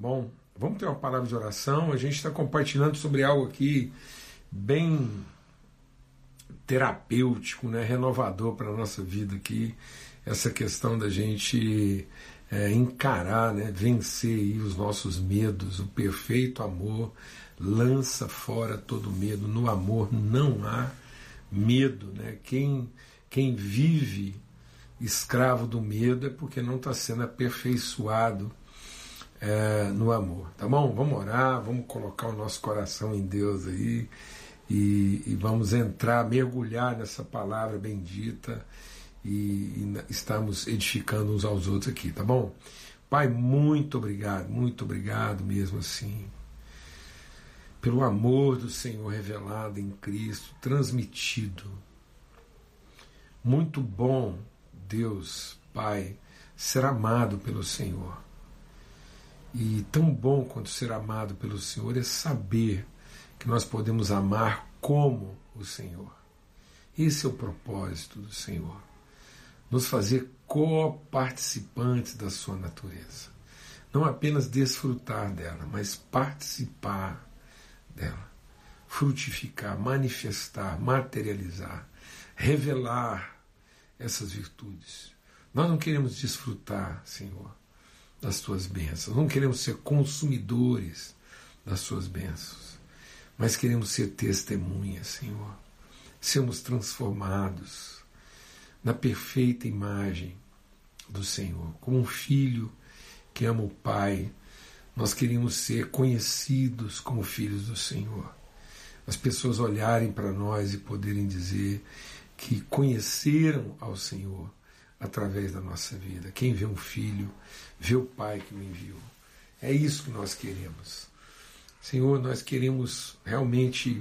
bom? Vamos ter uma palavra de oração. A gente está compartilhando sobre algo aqui bem terapêutico, né? Renovador para a nossa vida aqui, essa questão da gente encarar, né? Vencer aí os nossos medos. O perfeito amor lança fora todo medo. No amor não há medo, né? Quem vive escravo do medo é porque não está sendo aperfeiçoado no amor, tá bom? Vamos orar, vamos colocar o nosso coração em Deus aí e vamos entrar, mergulhar nessa palavra bendita e estamos edificando uns aos outros aqui, tá bom? Pai, muito obrigado mesmo assim, pelo amor do Senhor revelado em Cristo, transmitido. Muito bom, Deus, Pai, ser amado pelo Senhor. E tão bom quanto ser amado pelo Senhor é saber que nós podemos amar como o Senhor. Esse é o propósito do Senhor. Nos fazer coparticipantes da sua natureza. Não apenas desfrutar dela, mas participar dela. Frutificar, manifestar, materializar, revelar essas virtudes. Nós não queremos desfrutar, Senhor, das tuas bênçãos. Não queremos ser consumidores das suas bênçãos, mas queremos ser testemunhas, Senhor. Sermos transformados na perfeita imagem do Senhor. Como um filho que ama o Pai, nós queríamos ser conhecidos como filhos do Senhor. As pessoas olharem para nós e poderem dizer que conheceram ao Senhor através da nossa vida. Quem vê um filho, vê o Pai que o enviou. É isso que nós queremos. Senhor, nós queremos realmente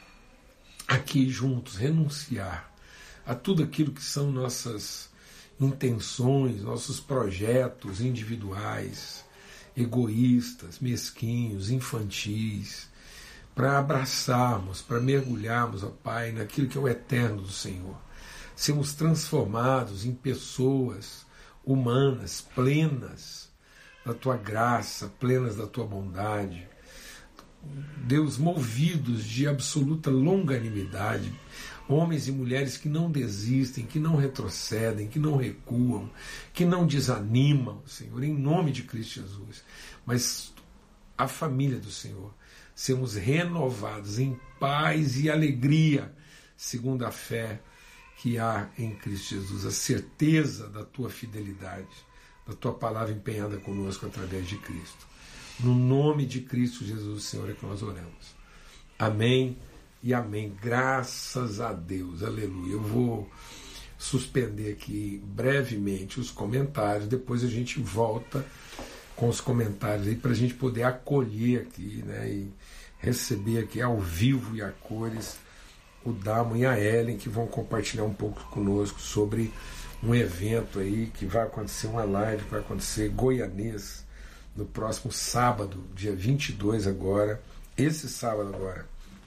aqui juntos renunciar a tudo aquilo que são nossas intenções, nossos projetos individuais, egoístas, mesquinhos, infantis, para abraçarmos, para mergulharmos, ó Pai, naquilo que é o eterno do Senhor. Sermos transformados em pessoas humanas, plenas da Tua graça, plenas da Tua bondade. Deus, movidos de absoluta longanimidade, homens e mulheres que não desistem, que não retrocedem, que não recuam, que não desanimam, Senhor, em nome de Cristo Jesus. Mas a família do Senhor, sermos renovados em paz e alegria, segundo a fé que há em Cristo Jesus, a certeza da Tua fidelidade, da Tua palavra empenhada conosco através de Cristo. No nome de Cristo Jesus, Senhor, é que nós oramos. Amém e amém. Graças a Deus. Aleluia. Eu vou suspender aqui brevemente os comentários, depois a gente volta com os comentários aí para a gente poder acolher aqui, né, e receber aqui ao vivo e a cores o Damo e a Ellen, que vão compartilhar um pouco conosco sobre um evento aí que vai acontecer, uma live que vai acontecer goianês no próximo sábado, dia 22 agora, esse sábado agora.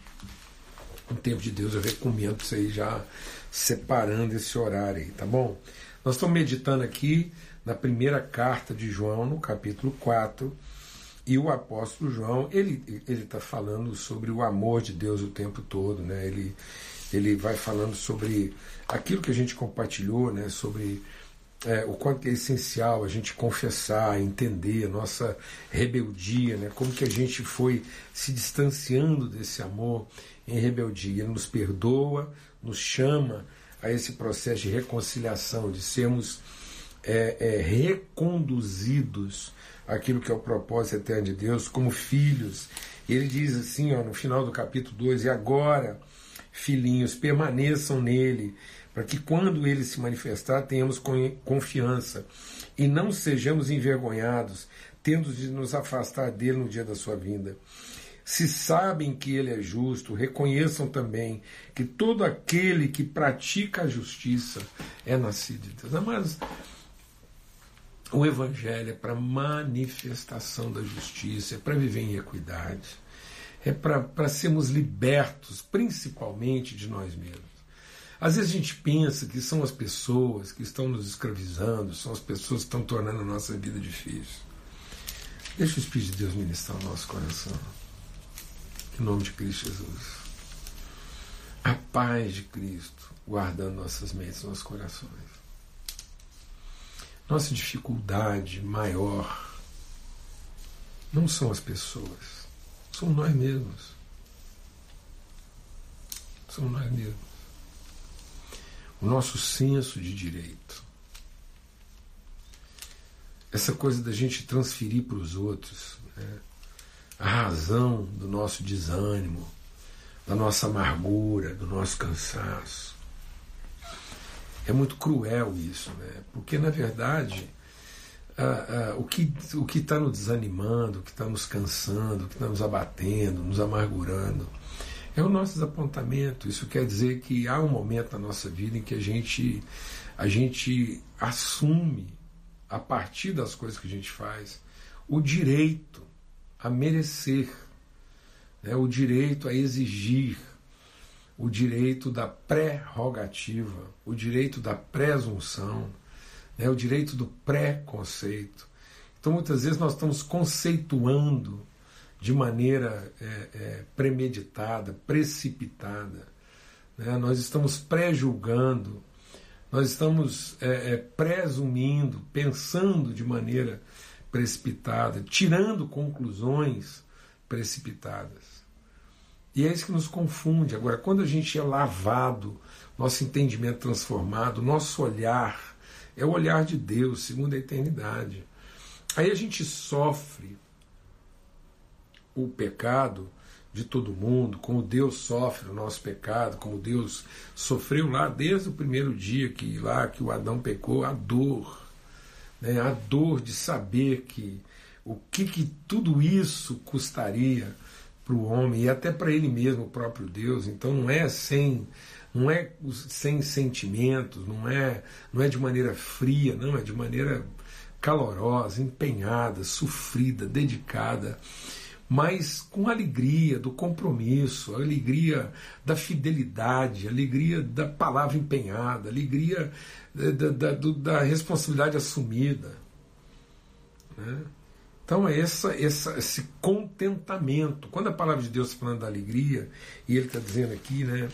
No tempo de Deus, eu recomendo isso aí, já separando esse horário aí, tá bom? Nós estamos meditando aqui na primeira carta de João, no capítulo 4, e o apóstolo João, ele está falando sobre o amor de Deus o tempo todo, né? Ele vai falando sobre aquilo que a gente compartilhou, né? Sobre o quanto é essencial a gente confessar, entender a nossa rebeldia, né? Como que a gente foi se distanciando desse amor em rebeldia. Ele nos perdoa, nos chama a esse processo de reconciliação, de sermos reconduzidos àquilo que é o propósito eterno de Deus, como filhos. E ele diz assim, ó, no final do capítulo 2, e agora, filhinhos, permaneçam nele, para que quando ele se manifestar tenhamos confiança e não sejamos envergonhados, tendo de nos afastar dele no dia da sua vinda. Se sabem que ele é justo, reconheçam também que todo aquele que pratica a justiça é nascido de Deus. Mas o Evangelho é para manifestação da justiça, é para viver em equidade, é para sermos libertos, principalmente de nós mesmos. Às vezes a gente pensa que são as pessoas que estão nos escravizando, são as pessoas que estão tornando a nossa vida difícil. Deixa o Espírito de Deus ministrar o nosso coração. Em nome de Cristo Jesus. A paz de Cristo guardando nossas mentes, nossos corações. Nossa dificuldade maior não são as pessoas, somos nós mesmos. Somos nós mesmos. O nosso senso de direito. Essa coisa da gente transferir para os outros, né, a razão do nosso desânimo, da nossa amargura, do nosso cansaço. É muito cruel isso, né? Porque, na verdade, o que está nos desanimando, o que está nos cansando, o que está nos abatendo, nos amargurando, é o nosso desapontamento. Isso quer dizer que há um momento na nossa vida em que a gente assume, a partir das coisas que a gente faz, o direito a merecer, né, o direito a exigir, o direito da prerrogativa, o direito da presunção, né, o direito do preconceito. Então, muitas vezes, nós estamos conceituando de maneira premeditada, precipitada, né? Nós estamos pré-julgando, nós estamos presumindo, pensando de maneira precipitada, tirando conclusões precipitadas. E é isso que nos confunde. Agora, quando a gente é lavado, nosso entendimento transformado, nosso olhar é o olhar de Deus, segundo a eternidade. Aí a gente sofre o pecado de todo mundo, como Deus sofre o nosso pecado, como Deus sofreu lá desde o primeiro dia que o Adão pecou, a dor, né, a dor de saber o que tudo isso custaria para o homem e até para ele mesmo, o próprio Deus. Então não é sem sentimentos, não é de maneira fria, não, é de maneira calorosa, empenhada, sofrida, dedicada, mas com alegria do compromisso, alegria da fidelidade, alegria da palavra empenhada, alegria da responsabilidade assumida, né? Então é esse contentamento. Quando a palavra de Deus está falando da alegria, e ele está dizendo aqui, né,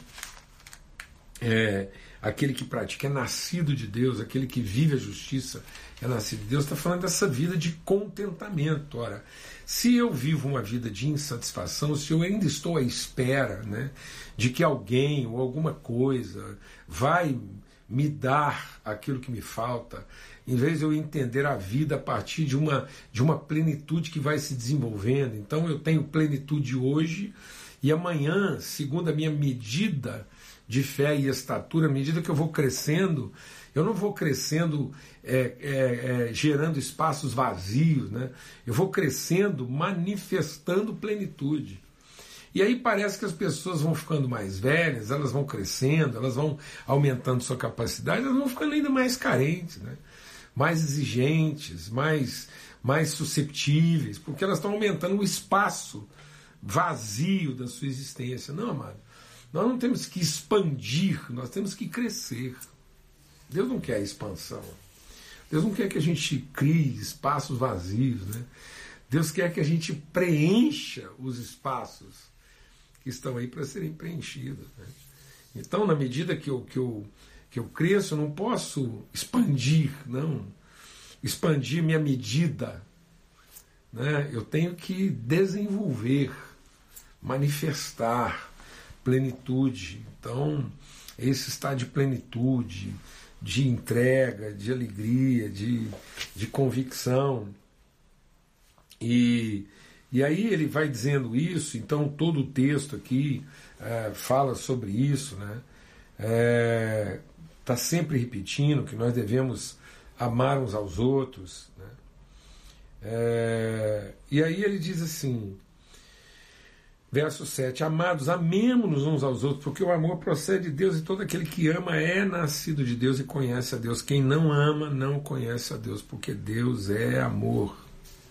aquele que pratica é nascido de Deus, aquele que vive a justiça é nascido de Deus, está falando dessa vida de contentamento. Ora, se eu vivo uma vida de insatisfação, se eu ainda estou à espera, né, de que alguém ou alguma coisa vai me dar aquilo que me falta, em vez de eu entender a vida a partir de uma plenitude que vai se desenvolvendo. Então eu tenho plenitude hoje e amanhã, segundo a minha medida de fé e estatura, à medida que eu vou crescendo, eu não vou crescendo gerando espaços vazios, né? Eu vou crescendo manifestando plenitude. E aí parece que as pessoas vão ficando mais velhas, elas vão crescendo, elas vão aumentando sua capacidade, elas vão ficando ainda mais carentes, né? Mais exigentes, mais susceptíveis, porque elas estão aumentando o espaço vazio da sua existência. Não, amado, nós não temos que expandir, nós temos que crescer. Deus não quer expansão. Deus não quer que a gente crie espaços vazios, né? Deus quer que a gente preencha os espaços que estão aí para serem preenchidos, né? Então, na medida que eu cresço, eu não posso expandir, não. Expandir minha medida, né? Eu tenho que desenvolver, manifestar plenitude. Então, esse estado de plenitude, de entrega, de alegria, de convicção. E aí ele vai dizendo isso, então todo o texto aqui fala sobre isso, né? Está sempre repetindo que nós devemos amar uns aos outros, né? E aí ele diz assim, verso 7, amados, amemo-nos uns aos outros, porque o amor procede de Deus, e todo aquele que ama é nascido de Deus e conhece a Deus. Quem não ama não conhece a Deus, porque Deus é amor.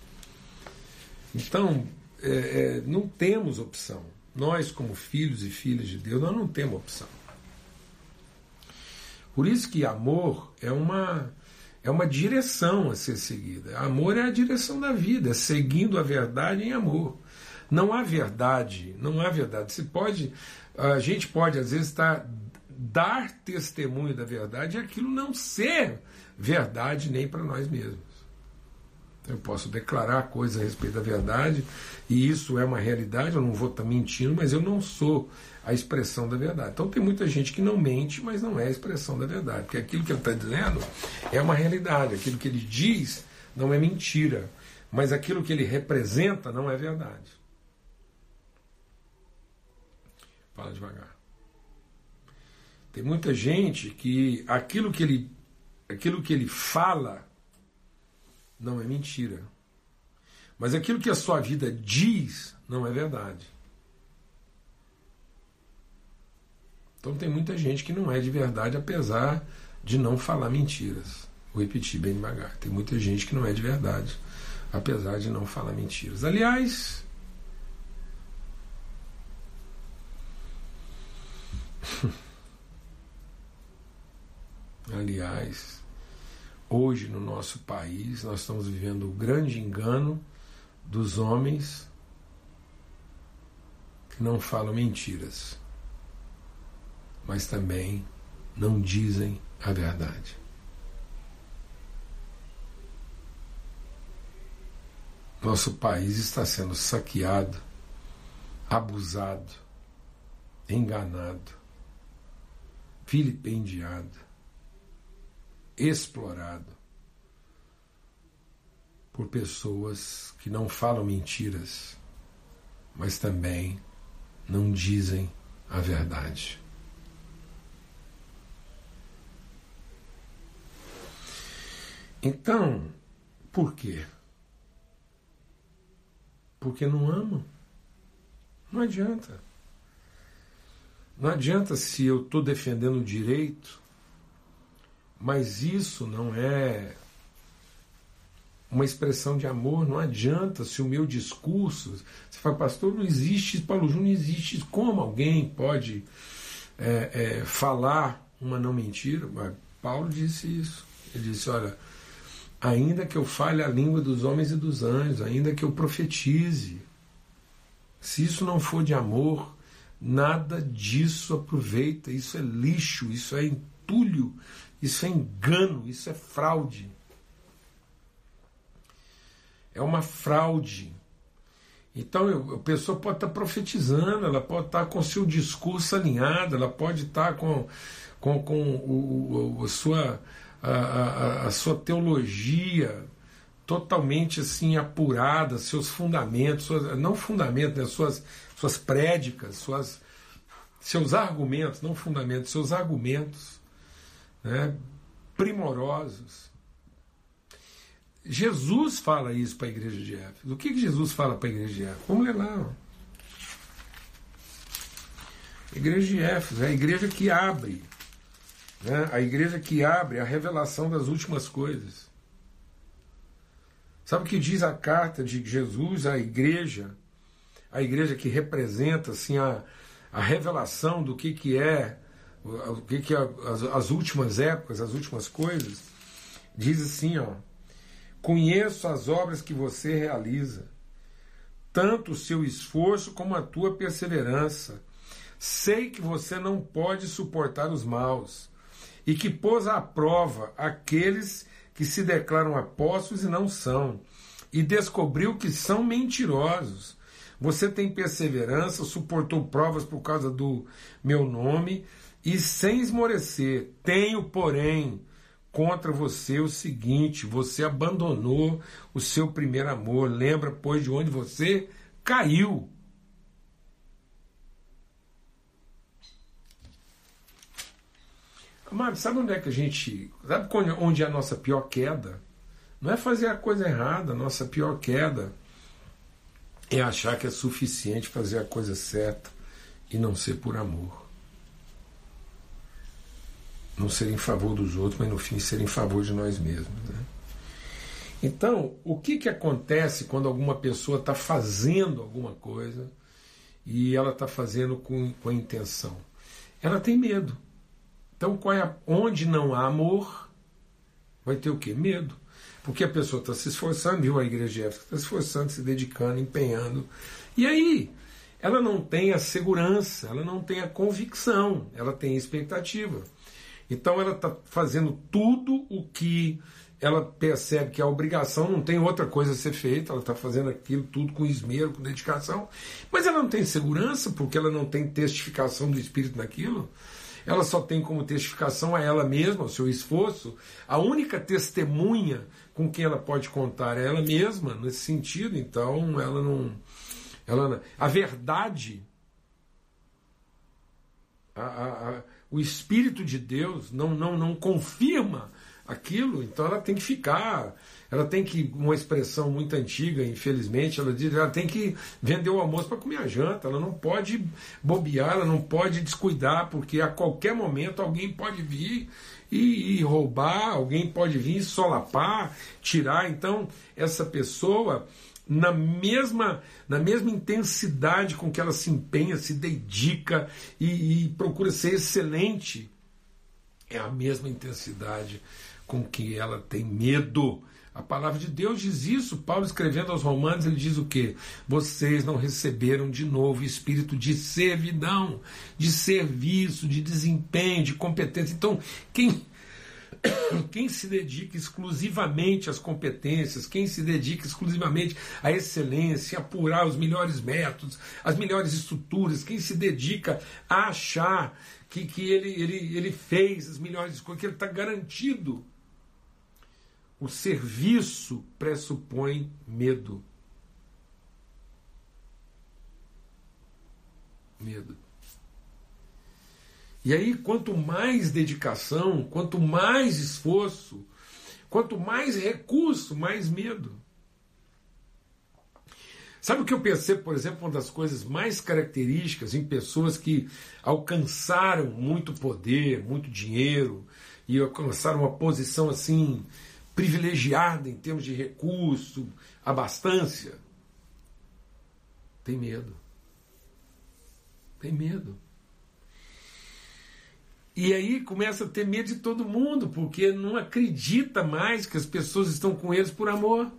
Então, não temos opção. Nós, como filhos e filhas de Deus, nós não temos opção. Por isso que amor é é uma direção a ser seguida. Amor é a direção da vida, é seguindo a verdade em amor. Não há verdade, não há verdade. A gente pode às vezes dar testemunho da verdade e aquilo não ser verdade nem para nós mesmos. Eu posso declarar coisas a respeito da verdade e isso é uma realidade, eu não vou estar mentindo, mas eu não sou a expressão da verdade. Então tem muita gente que não mente, mas não é a expressão da verdade, porque aquilo que ele está dizendo é uma realidade, aquilo que ele diz não é mentira, mas aquilo que ele representa não é verdade. Fala devagar. Tem muita gente que aquilo que ele fala não é mentira. Mas aquilo que a sua vida diz não é verdade. Então tem muita gente que não é de verdade, apesar de não falar mentiras. Vou repetir bem devagar. Tem muita gente que não é de verdade, apesar de não falar mentiras. Aliás, hoje no nosso país nós estamos vivendo o grande engano dos homens que não falam mentiras, mas também não dizem a verdade. Nosso país está sendo saqueado, abusado, enganado, vilipendiado, explorado por pessoas que não falam mentiras, mas também não dizem a verdade. Então, por quê? Porque não amam. Não adianta. Não adianta se eu estou defendendo o direito, mas isso não é uma expressão de amor. Não adianta se o meu discurso... Você fala, pastor, não existe, Paulo Júnior, não existe. Como alguém pode falar uma não mentira? Mas Paulo disse isso. Ele disse, olha, ainda que eu fale a língua dos homens e dos anjos, ainda que eu profetize, se isso não for de amor, nada disso aproveita. Isso é lixo, isso é entulho, isso é engano, isso é fraude. É uma fraude. Então a pessoa pode estar profetizando, ela pode estar com o seu discurso alinhado, ela pode estar com a sua teologia totalmente assim apurada, seus fundamentos, não fundamentos, né, suas prédicas, seus argumentos, não fundamentos, seus argumentos, né, primorosos. Jesus fala isso para a igreja de Éfeso. O que Jesus fala para a igreja de Éfeso? Vamos ler lá. Ó. A igreja de Éfeso é a igreja que abre, né, a igreja que abre a revelação das últimas coisas. Sabe o que diz a carta de Jesus à igreja? A igreja que representa assim, a revelação do que é as últimas épocas, as últimas coisas. Diz assim, ó: conheço as obras que você realiza, tanto o seu esforço como a tua perseverança. Sei que você não pode suportar os maus, e que pôs à prova aqueles que se declaram apóstolos e não são, e descobriu que são mentirosos. Você tem perseverança, suportou provas por causa do meu nome, e sem esmorecer. Tenho, porém, contra você o seguinte: você abandonou o seu primeiro amor. Lembra, pois, de onde você caiu. Amado, sabe onde é que a gente... Sabe onde é a nossa pior queda? Não é fazer a coisa errada. A nossa pior queda é achar que é suficiente fazer a coisa certa e não ser por amor. Não ser em favor dos outros, mas no fim ser em favor de nós mesmos, né? Então, o que acontece quando alguma pessoa está fazendo alguma coisa e ela está fazendo com a intenção? Ela tem medo. Então, onde não há amor, Vai ter o quê? Medo. Porque a pessoa está se esforçando, viu a igreja de Éfeso, está se esforçando, se dedicando, empenhando. E aí, ela não tem a segurança, ela não tem a convicção, ela tem a expectativa. Então ela está fazendo tudo o que ela percebe que a obrigação, não tem outra coisa a ser feita, ela está fazendo aquilo tudo com esmero, com dedicação, mas ela não tem segurança, porque ela não tem testificação do Espírito naquilo. Ela só tem como testificação a ela mesma, o seu esforço. A única testemunha com quem ela pode contar é ela mesma, nesse sentido. Então, ela não. A verdade, o Espírito de Deus não confirma aquilo, então ela tem que ficar. Ela tem que, uma expressão muito antiga, infelizmente, ela diz, ela tem que vender o almoço para comer a janta, ela não pode bobear, ela não pode descuidar, porque a qualquer momento alguém pode vir e roubar, alguém pode vir solapar, tirar. Então, essa pessoa, na mesma intensidade com que ela se empenha, se dedica e procura ser excelente, é a mesma intensidade com que ela tem medo. A palavra de Deus diz isso. Paulo, escrevendo aos Romanos, ele diz o quê? Vocês não receberam de novo espírito de servidão, de serviço, de desempenho, de competência. Então, quem se dedica exclusivamente às competências, quem se dedica exclusivamente à excelência, a apurar os melhores métodos, as melhores estruturas, quem se dedica a achar que ele fez as melhores coisas, que ele está garantido. O serviço pressupõe medo. Medo. E aí, quanto mais dedicação, quanto mais esforço, quanto mais recurso, mais medo. Sabe o que eu percebo, por exemplo, uma das coisas mais características em pessoas que alcançaram muito poder, muito dinheiro, e alcançaram uma posição assim privilegiada em termos de recurso, abastança? Tem medo. Tem medo. E aí começa a ter medo de todo mundo, porque não acredita mais que as pessoas estão com eles por amor.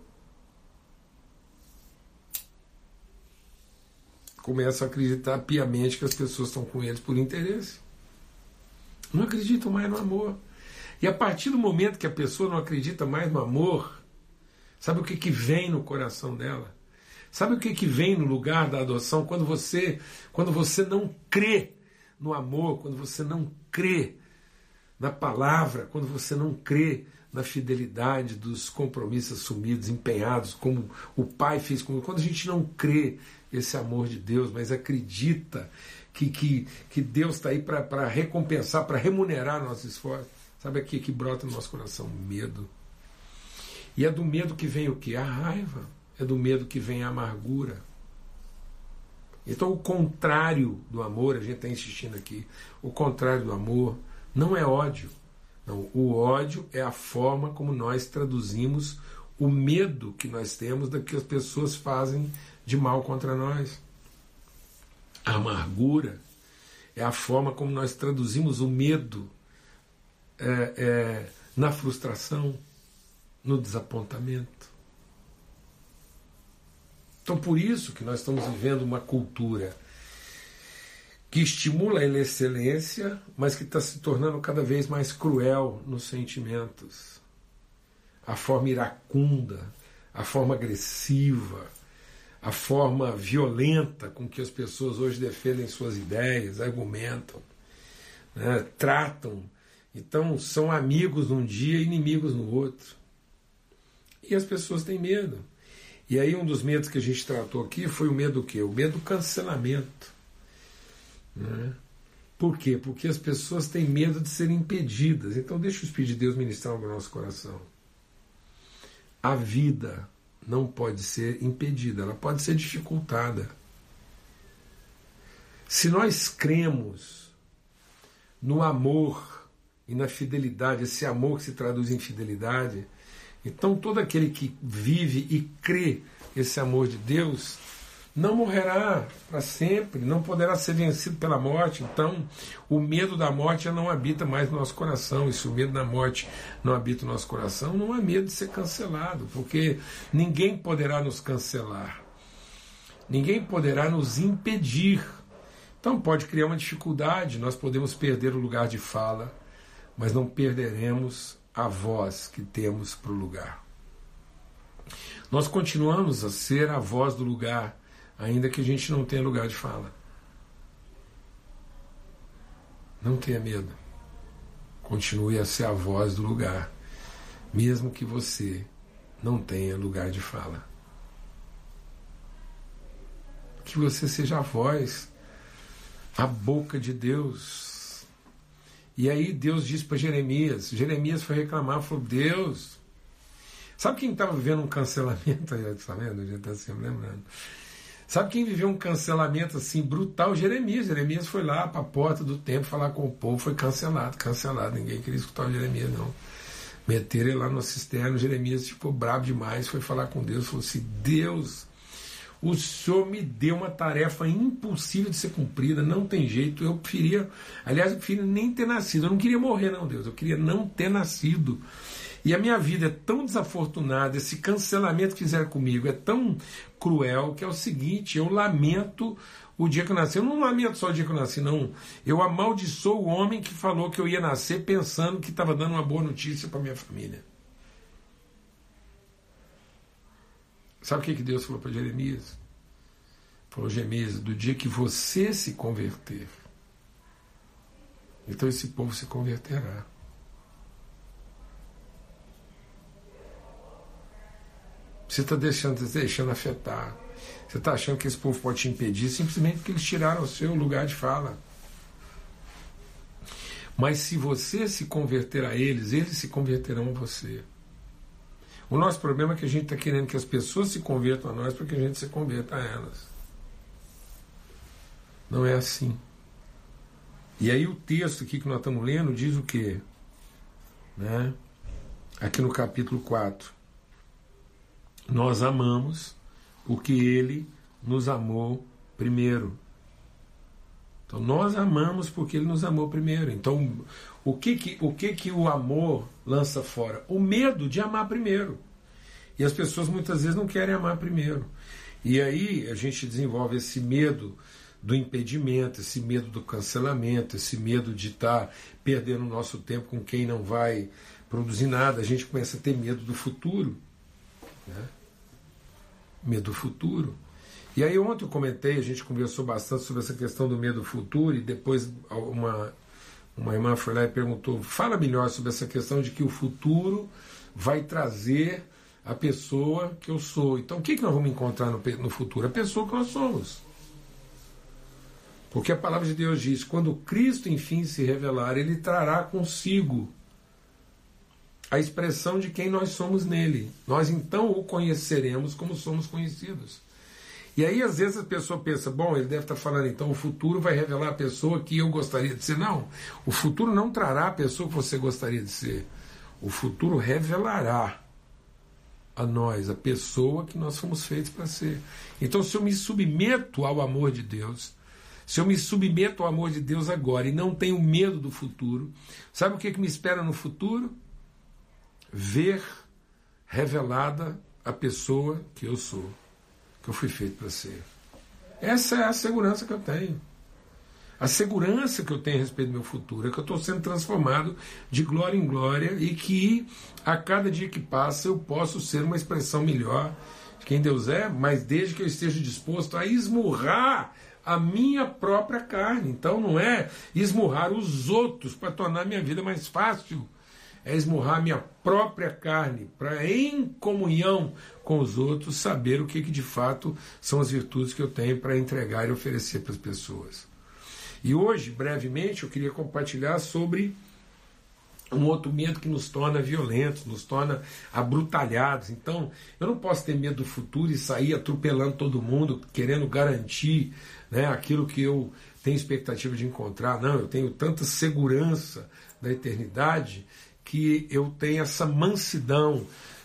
Começa a acreditar piamente que as pessoas estão com eles por interesse. Não acreditam mais no amor. E a partir do momento que a pessoa não acredita mais no amor, sabe o que vem no coração dela? Sabe o que vem no lugar da adoção? Quando você não crê no amor, quando você não crê na palavra, quando você não crê na fidelidade dos compromissos assumidos, empenhados, como o Pai fez comigo. Quando a gente não crê esse amor de Deus, mas acredita que Deus está aí para recompensar, para remunerar nossos esforços, sabe aqui que brota no nosso coração? Medo. E é do medo que vem o quê? A raiva. É do medo que vem a amargura. Então o contrário do amor, a gente está insistindo aqui, o contrário do amor não é ódio. Não, o ódio é a forma como nós traduzimos o medo que nós temos da que as pessoas fazem de mal contra nós. A amargura é a forma como nós traduzimos o medo na frustração, no desapontamento. Então, por isso que nós estamos vivendo uma cultura que estimula a excelência, mas que está se tornando cada vez mais cruel nos sentimentos. A forma iracunda, a forma agressiva, a forma violenta com que as pessoas hoje defendem suas ideias, argumentam, né, tratam. Então, são amigos num dia e inimigos no outro. E as pessoas têm medo. E aí um dos medos que a gente tratou aqui foi o medo do quê? O medo do cancelamento. Né? Por quê? Porque as pessoas têm medo de serem impedidas. Então deixa o Espírito de Deus ministrar no nosso coração. A vida não pode ser impedida, ela pode ser dificultada. Se nós cremos no amor e na fidelidade, esse amor que se traduz em fidelidade, então todo aquele que vive e crê esse amor de Deus não morrerá para sempre, não poderá ser vencido pela morte. Então, o medo da morte já não habita mais no nosso coração. E se o medo da morte não habita no nosso coração, não há medo de ser cancelado, porque ninguém poderá nos cancelar, ninguém poderá nos impedir. Então, pode criar uma dificuldade, nós podemos perder o lugar de fala, mas não perderemos a voz que temos para o lugar. Nós continuamos a ser a voz do lugar, ainda que a gente não tenha lugar de fala. Não tenha medo. Continue a ser a voz do lugar, mesmo que você não tenha lugar de fala. Que você seja a voz, a boca de Deus. E aí Deus disse para Jeremias, Jeremias foi reclamar, falou, Deus, sabe quem estava vivendo um cancelamento aí, tá vendo? A gente está sempre lembrando. Sabe quem viveu um cancelamento assim brutal? Jeremias. Jeremias foi lá para a porta do templo falar com o povo, foi cancelado. Ninguém queria escutar o Jeremias, não. Meteram ele lá no cisterno, Jeremias ficou bravo demais, foi falar com Deus, falou assim, Deus, o Senhor me deu uma tarefa impossível de ser cumprida, não tem jeito, eu preferia nem ter nascido, eu não queria morrer não, Deus, eu queria não ter nascido. E a minha vida é tão desafortunada, esse cancelamento que fizeram comigo é tão cruel, que é o seguinte, eu lamento o dia que eu nasci. Eu não lamento só o dia que eu nasci, não. Eu amaldiçoo o homem que falou que eu ia nascer pensando que estava dando uma boa notícia para minha família. Sabe o que Deus falou para Jeremias? Falou, Jeremias, do dia que você se converter, então esse povo se converterá. Você está deixando afetar. Você está achando que esse povo pode te impedir simplesmente porque eles tiraram o seu lugar de fala. Mas se você se converter a eles, eles se converterão a você. O nosso problema é que a gente está querendo que as pessoas se convertam a nós para que a gente se converta a elas. Não é assim. E aí o texto aqui que nós estamos lendo diz o quê? Né? Aqui no capítulo 4. Nós amamos porque Ele nos amou primeiro. Então nós amamos porque Ele nos amou primeiro. Então o que o amor lança fora? O medo de amar primeiro. E as pessoas muitas vezes não querem amar primeiro. E aí a gente desenvolve esse medo do impedimento, esse medo do cancelamento, esse medo de estar perdendo o nosso tempo com quem não vai produzir nada. A gente começa a ter medo do futuro, né? Medo do futuro. E aí ontem eu comentei, a gente conversou bastante sobre essa questão do medo do futuro, e depois uma irmã foi lá e perguntou, fala melhor sobre essa questão de que o futuro vai trazer a pessoa que eu sou. Então o que nós vamos encontrar no futuro? A pessoa que nós somos. Porque a palavra de Deus diz, quando Cristo enfim se revelar, Ele trará consigo a expressão de quem nós somos nele. Nós então o conheceremos como somos conhecidos. E aí às vezes a pessoa pensa, bom, ele deve estar falando então o futuro vai revelar a pessoa que eu gostaria de ser. Não, o futuro não trará a pessoa que você gostaria de ser. O futuro revelará a nós a pessoa que nós fomos feitos para ser. Então se eu me submeto ao amor de Deus, se eu me submeto ao amor de Deus agora e não tenho medo do futuro, sabe o que me espera no futuro? Ver revelada a pessoa que eu sou, que eu fui feito para ser. Essa é a segurança que eu tenho. A segurança que eu tenho a respeito do meu futuro é que eu estou sendo transformado de glória em glória e que a cada dia que passa eu posso ser uma expressão melhor de quem Deus é, mas desde que eu esteja disposto a esmurrar a minha própria carne. Então não é esmurrar os outros para tornar a minha vida mais fácil, é esmurrar minha própria carne, para em comunhão com os outros saber o que de fato são as virtudes que eu tenho para entregar e oferecer para as pessoas. E hoje, brevemente, eu queria compartilhar sobre um outro medo que nos torna violentos, nos torna abrutalhados. Então, eu não posso ter medo do futuro e sair atropelando todo mundo, querendo garantir, né, aquilo que eu tenho expectativa de encontrar. Não, eu tenho tanta segurança da eternidade que eu tenho essa mansidão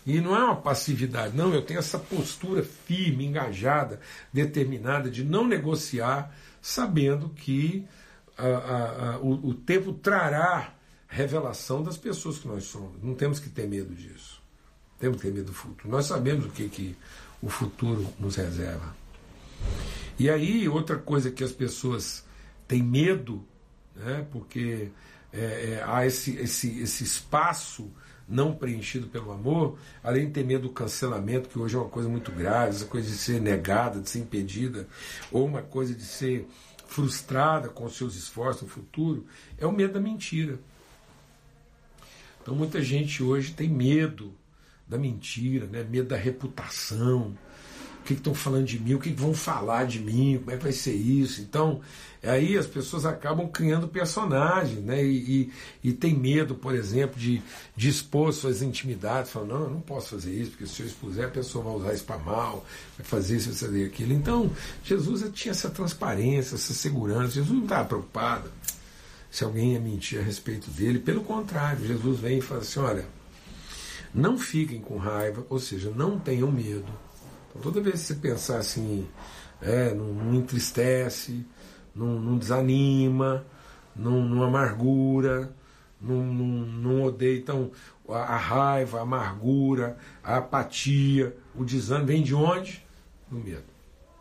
E não é uma passividade, não, eu tenho essa postura firme, engajada, determinada de não negociar, sabendo que o tempo trará revelação das pessoas que nós somos. Não temos que ter medo disso. Temos que ter medo do futuro. Nós sabemos o que o futuro nos reserva. E aí, outra coisa que as pessoas têm medo, né, porque há esse espaço não preenchido pelo amor, além de ter medo do cancelamento, que hoje é uma coisa muito grave, essa coisa de ser negada, de ser impedida, ou uma coisa de ser frustrada com os seus esforços no futuro, é o medo da mentira. Então muita gente hoje tem medo da mentira, né? Medo da reputação. O que estão falando de mim? O que vão falar de mim? Como é que vai ser isso? Então, aí as pessoas acabam criando personagens, né? E tem medo, por exemplo, de expor suas intimidades. Falam, não, eu não posso fazer isso, porque se eu expuser, a pessoa vai usar isso para mal, vai fazer isso, vai fazer aquilo. Então, Jesus tinha essa transparência, essa segurança. Jesus não estava preocupado se alguém ia mentir a respeito dele. Pelo contrário, Jesus vem e fala assim, olha, não fiquem com raiva, ou seja, não tenham medo. Então, toda vez que você pensar assim, não entristece, não desanima, não amargura, não odeia. Então, a raiva, a amargura, a apatia, o desânimo, vem de onde? Do medo.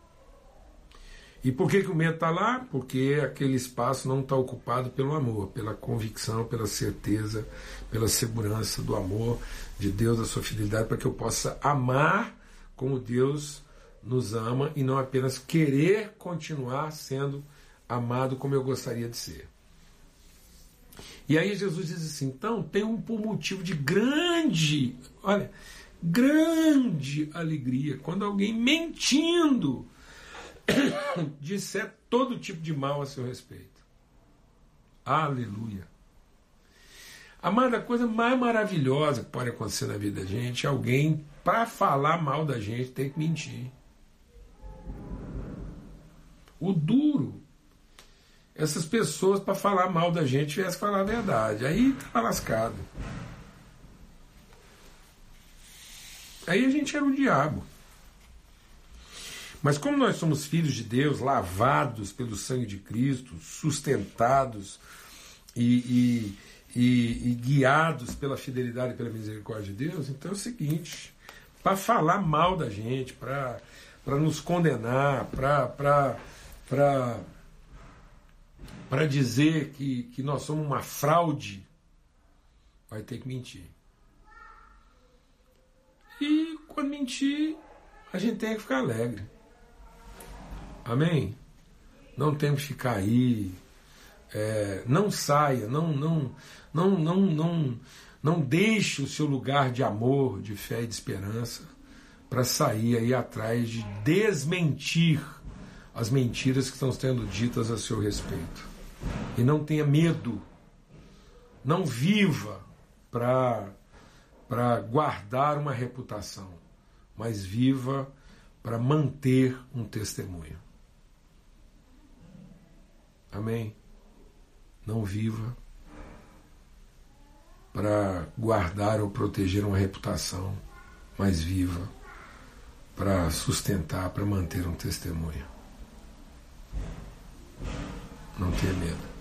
E por que o medo está lá? Porque aquele espaço não está ocupado pelo amor, pela convicção, pela certeza, pela segurança do amor de Deus, da sua fidelidade, para que eu possa amar como Deus nos ama e não apenas querer continuar sendo amado como eu gostaria de ser. E aí Jesus diz assim, então tem um motivo de grande alegria quando alguém mentindo disser todo tipo de mal a seu respeito. Aleluia. Amada, a coisa mais maravilhosa que pode acontecer na vida da gente é alguém, para falar mal da gente, ter que mentir. O duro, essas pessoas, para falar mal da gente, tivessem que falar a verdade. Aí estava lascado. Aí a gente era o diabo. Mas como nós somos filhos de Deus, lavados pelo sangue de Cristo, sustentados e guiados pela fidelidade e pela misericórdia de Deus, então é o seguinte, para falar mal da gente, para nos condenar, para dizer que nós somos uma fraude, vai ter que mentir. E quando mentir, a gente tem que ficar alegre. Amém? Não tem que ficar aí. Não saia, não deixe o seu lugar de amor, de fé e de esperança para sair aí atrás de desmentir as mentiras que estão sendo ditas a seu respeito. E não tenha medo. Não viva para guardar uma reputação, mas viva para manter um testemunho. Amém? Não viva para guardar ou proteger uma reputação, mas viva para sustentar, para manter um testemunho. Não tenha medo.